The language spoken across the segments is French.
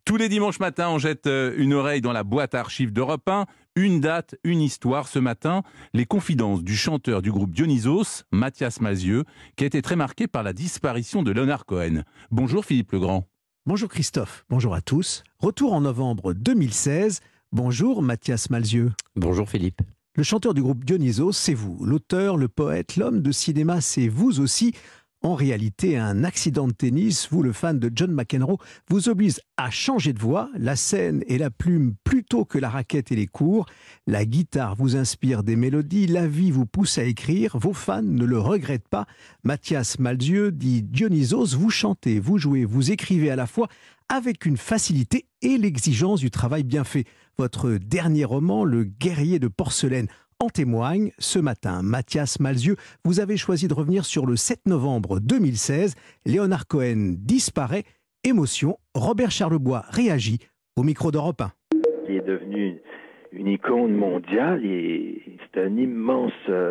Tous les dimanches matins, on jette une oreille dans la boîte à archives d'Europe 1. Une date, une histoire. Ce matin, les confidences du chanteur du groupe Dionysos, Mathias Malzieu, qui a été très marqué par la disparition de Leonard Cohen. Bonjour Philippe Legrand. Bonjour Christophe, bonjour à tous. Retour en novembre 2016. Bonjour Mathias Malzieu. Bonjour Philippe. Le chanteur du groupe Dionysos, c'est vous. L'auteur, le poète, l'homme de cinéma, c'est vous aussi. En réalité, un accident de tennis, vous le fan de John McEnroe, vous oblige à changer de voix, la scène et la plume plutôt que la raquette et les cours. La guitare vous inspire des mélodies, la vie vous pousse à écrire, vos fans ne le regrettent pas. Mathias Malzieu dit Dionysos, vous chantez, vous jouez, vous écrivez à la fois avec une facilité et l'exigence du travail bien fait. Votre dernier roman, Le guerrier de porcelaine, en témoigne. Ce matin, Mathias Malzieu, vous avez choisi de revenir sur le 7 novembre 2016. Leonard Cohen disparaît. Émotion, Robert Charlebois réagit au micro d'Europe 1. Il est devenu une icône mondiale et c'est un immense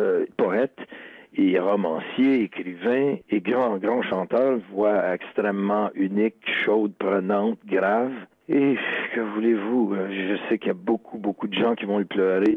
poète et romancier, écrivain et grand chanteur, voix extrêmement unique, chaude, prenante, grave. Et que voulez-vous, je sais qu'il y a beaucoup de gens qui vont lui pleurer.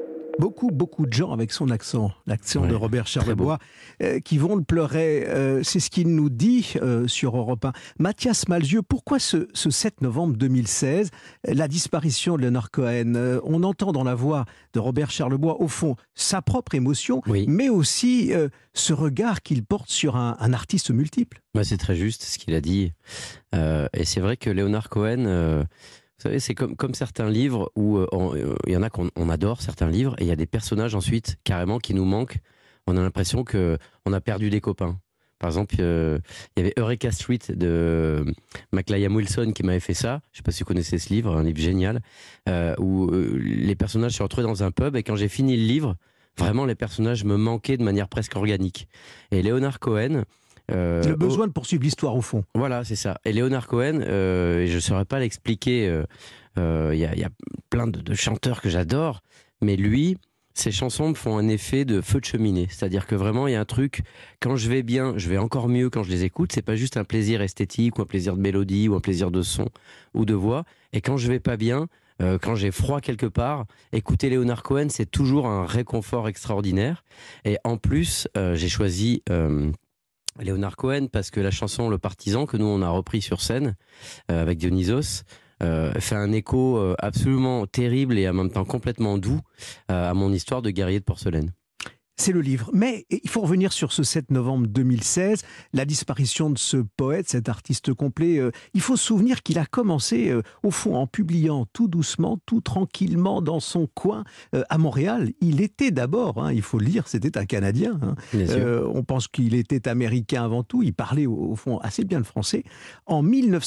Beaucoup de gens avec son accent, l'accent de Robert Charlebois, qui vont le pleurer. C'est ce qu'il nous dit sur Europe 1. Mathias Malzieu, pourquoi ce 7 novembre 2016, la disparition de Leonard Cohen? On entend dans la voix de Robert Charlebois, au fond, sa propre émotion, mais aussi ce regard qu'il porte sur un artiste multiple. C'est très juste ce qu'il a dit. Et c'est vrai que Leonard Cohen... Vous savez, c'est comme certains livres où il y en a qu'on adore, certains livres, et il y a des personnages ensuite, carrément, qui nous manquent. On a l'impression qu'on a perdu des copains. Par exemple, il y avait Eureka Street de McLean Wilson qui m'avait fait ça. Je ne sais pas si vous connaissez ce livre, un livre génial, où les personnages se retrouvaient dans un pub, et quand j'ai fini le livre, vraiment, les personnages me manquaient de manière presque organique. Et Leonard Cohen... le besoin de poursuivre l'histoire au fond. Voilà, c'est ça. Et Leonard Cohen, je ne saurais pas l'expliquer, il y a plein de chanteurs que j'adore, mais lui, ses chansons me font un effet de feu de cheminée. C'est-à-dire que vraiment, il y a un truc, quand je vais bien, je vais encore mieux quand je les écoute. C'est pas juste un plaisir esthétique ou un plaisir de mélodie ou un plaisir de son ou de voix. Et quand je vais pas bien, quand j'ai froid quelque part, écouter Leonard Cohen, c'est toujours un réconfort extraordinaire. Et en plus, j'ai choisi... Leonard Cohen, parce que la chanson Le Partisan, que nous on a repris sur scène avec Dionysos, fait un écho absolument terrible et en même temps complètement doux à mon histoire de guerrier de porcelaine. C'est le livre. Mais il faut revenir sur ce 7 novembre 2016, la disparition de ce poète, cet artiste complet. Il faut se souvenir qu'il a commencé, au fond, en publiant tout doucement, tout tranquillement dans son coin à Montréal. Il était d'abord, il faut le dire, c'était un Canadien. On pense qu'il était américain avant tout. Il parlait, au fond, assez bien le français. En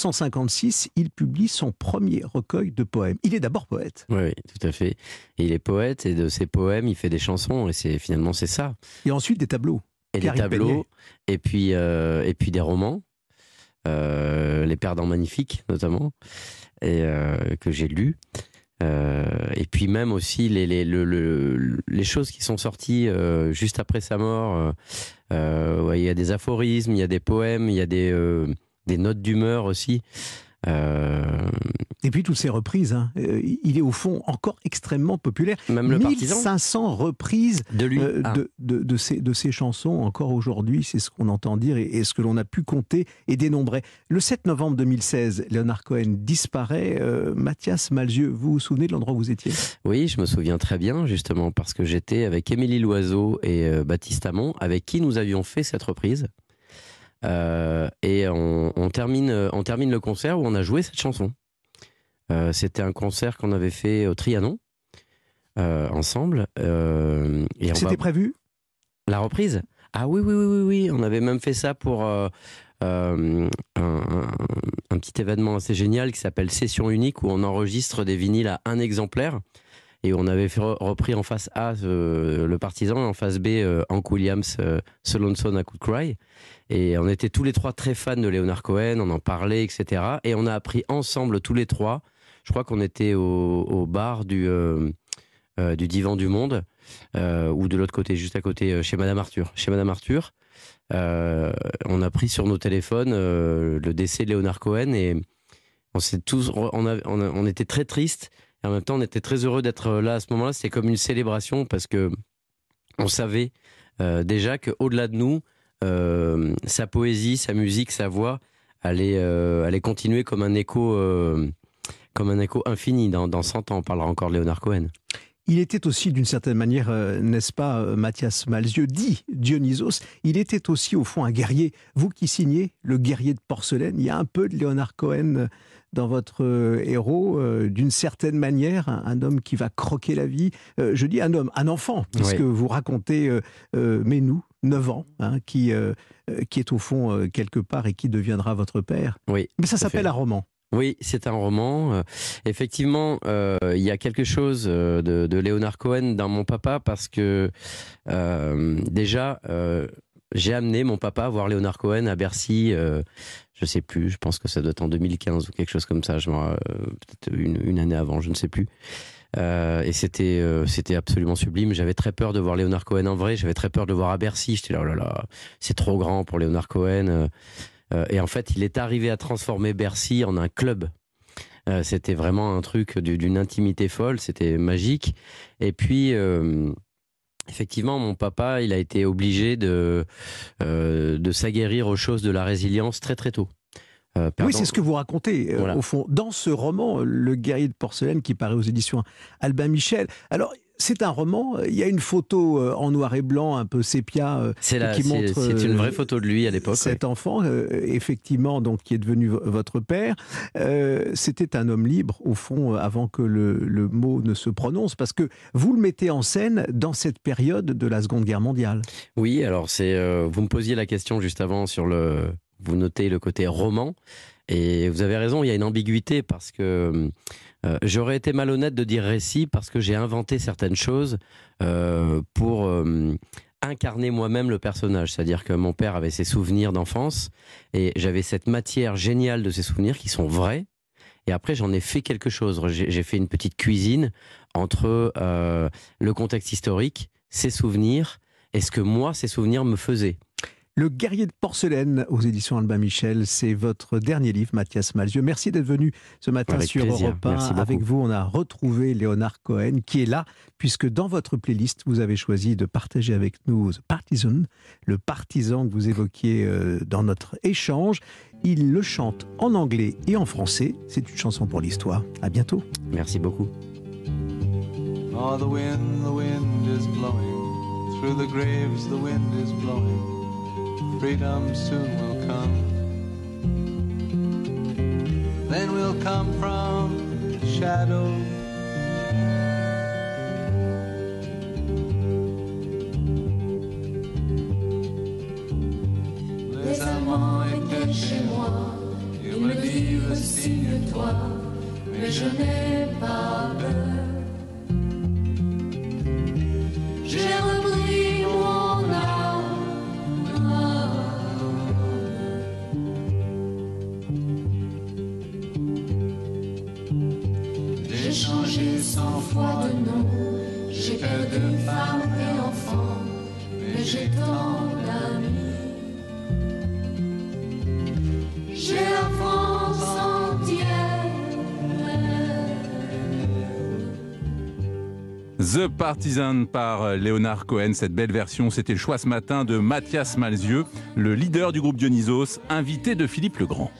1956, il publie son premier recueil de poèmes. Il est d'abord poète. Oui, tout à fait. Et il est poète, et de ses poèmes, il fait des chansons, et c'est ça. Et ensuite des tableaux. Et des tableaux, et puis des romans, Les Perdants Magnifiques notamment, et que j'ai lus. Et puis même aussi les choses qui sont sorties juste après sa mort. Il y a des aphorismes, il y a des poèmes, il y a des notes d'humeur aussi. Et puis toutes ces reprises, il est au fond encore extrêmement populaire. Même le 1500 reprises de lui. de ses chansons encore aujourd'hui, c'est ce qu'on entend dire et ce que l'on a pu compter et dénombrer. Le 7 novembre 2016, Leonard Cohen disparaît. Mathias Malzieu, vous vous souvenez de l'endroit où vous étiez? Oui, je me souviens très bien, justement, parce que j'étais avec Émilie Loiseau et Baptiste Hamon, avec qui nous avions fait cette reprise. Et on termine le concert où on a joué cette chanson. C'était un concert qu'on avait fait au Trianon ensemble. Et c'était prévu? La reprise? Ah oui. On avait même fait ça pour un petit événement assez génial qui s'appelle Session Unique, où on enregistre des vinyles à un exemplaire. Et on avait repris en face A Le Partisan et en face B Hank Williams, So Lonesome I Could Cry. Et on était tous les trois très fans de Leonard Cohen, on en parlait, etc. Et on a appris ensemble tous les trois, je crois qu'on était au bar du Divan du Monde, ou de l'autre côté, juste à côté, chez Madame Arthur. Chez Madame Arthur, on a pris sur nos téléphones le décès de Leonard Cohen et on était très tristes et en même temps on était très heureux d'être là à ce moment-là. C'était comme une célébration parce que on savait déjà qu'au-delà de nous, sa poésie, sa musique, sa voix allait continuer comme un écho infini. Dans 100 ans, on parlera encore de Leonard Cohen. Il était aussi, d'une certaine manière, n'est-ce pas, Mathias Malzieu, dit Dionysos, il était aussi, au fond, un guerrier. Vous qui signez Le guerrier de porcelaine, il y a un peu de Leonard Cohen dans votre héros, d'une certaine manière, un homme qui va croquer la vie. Je dis un homme, un enfant, puisque vous racontez Menou, 9 ans, qui est au fond quelque part et qui deviendra votre père. Oui, mais ça s'appelle un roman. Oui, c'est un roman. Effectivement, il y a quelque chose de Leonard Cohen dans mon papa parce que déjà, j'ai amené mon papa voir Leonard Cohen à Bercy. Je sais plus, je pense que ça doit être en 2015 ou quelque chose comme ça. Peut-être une année avant, je ne sais plus. Et c'était absolument sublime. J'avais très peur de voir Leonard Cohen en vrai. J'avais très peur de le voir à Bercy. J'étais là, oh là là, c'est trop grand pour Leonard Cohen. Et en fait, il est arrivé à transformer Bercy en un club. C'était vraiment un truc d'une intimité folle, c'était magique. Et puis, effectivement, mon papa, il a été obligé de s'aguerrir aux choses de la résilience très très tôt. Oui, c'est ce que vous racontez, au fond, dans ce roman, Le guerrier de porcelaine, qui paraît aux éditions Albin Michel. Alors, c'est un roman, il y a une photo en noir et blanc, un peu sépia, qui montre... C'est une vraie photo de lui à l'époque. Cet enfant, effectivement, donc, qui est devenu votre père. C'était un homme libre, au fond, avant que le mot ne se prononce, parce que vous le mettez en scène dans cette période de la Seconde Guerre mondiale. Oui, alors vous me posiez la question juste avant sur vous notez le côté roman, et vous avez raison, il y a une ambiguïté parce que j'aurais été malhonnête de dire récit parce que j'ai inventé certaines choses pour incarner moi-même le personnage. C'est-à-dire que mon père avait ses souvenirs d'enfance et j'avais cette matière géniale de ces souvenirs qui sont vrais. Et après, j'en ai fait quelque chose. J'ai fait une petite cuisine entre le contexte historique, ses souvenirs et ce que moi, ces souvenirs me faisaient. Le guerrier de porcelaine aux éditions Albin Michel, c'est votre dernier livre, Mathias Malzieu. Merci d'être venu ce matin avec sur plaisir. Europe 1. Merci avec beaucoup. vous, on a retrouvé Leonard Cohen qui est là, puisque dans votre playlist, vous avez choisi de partager avec nous The Partisan, le partisan que vous évoquiez dans notre échange. Il le chante en anglais et en français. C'est une chanson pour l'histoire. À bientôt. Merci beaucoup. Oh, the wind is blowing. Through the graves, the wind is blowing. Freedom soon will come. Then we'll come from the shadow. Les amants étaient chez moi, ils me disent signe-toi, mais je n'ai pas peur. J'ai repris mon âme. J'ai changé 100 fois de nom, j'ai perdu femme et enfant, mais j'ai tant d'amis. J'ai la France entière. The Partisan par Leonard Cohen. Cette belle version, c'était le choix ce matin de Mathias Malzieu, le leader du groupe Dionysos, invité de Philippe Legrand.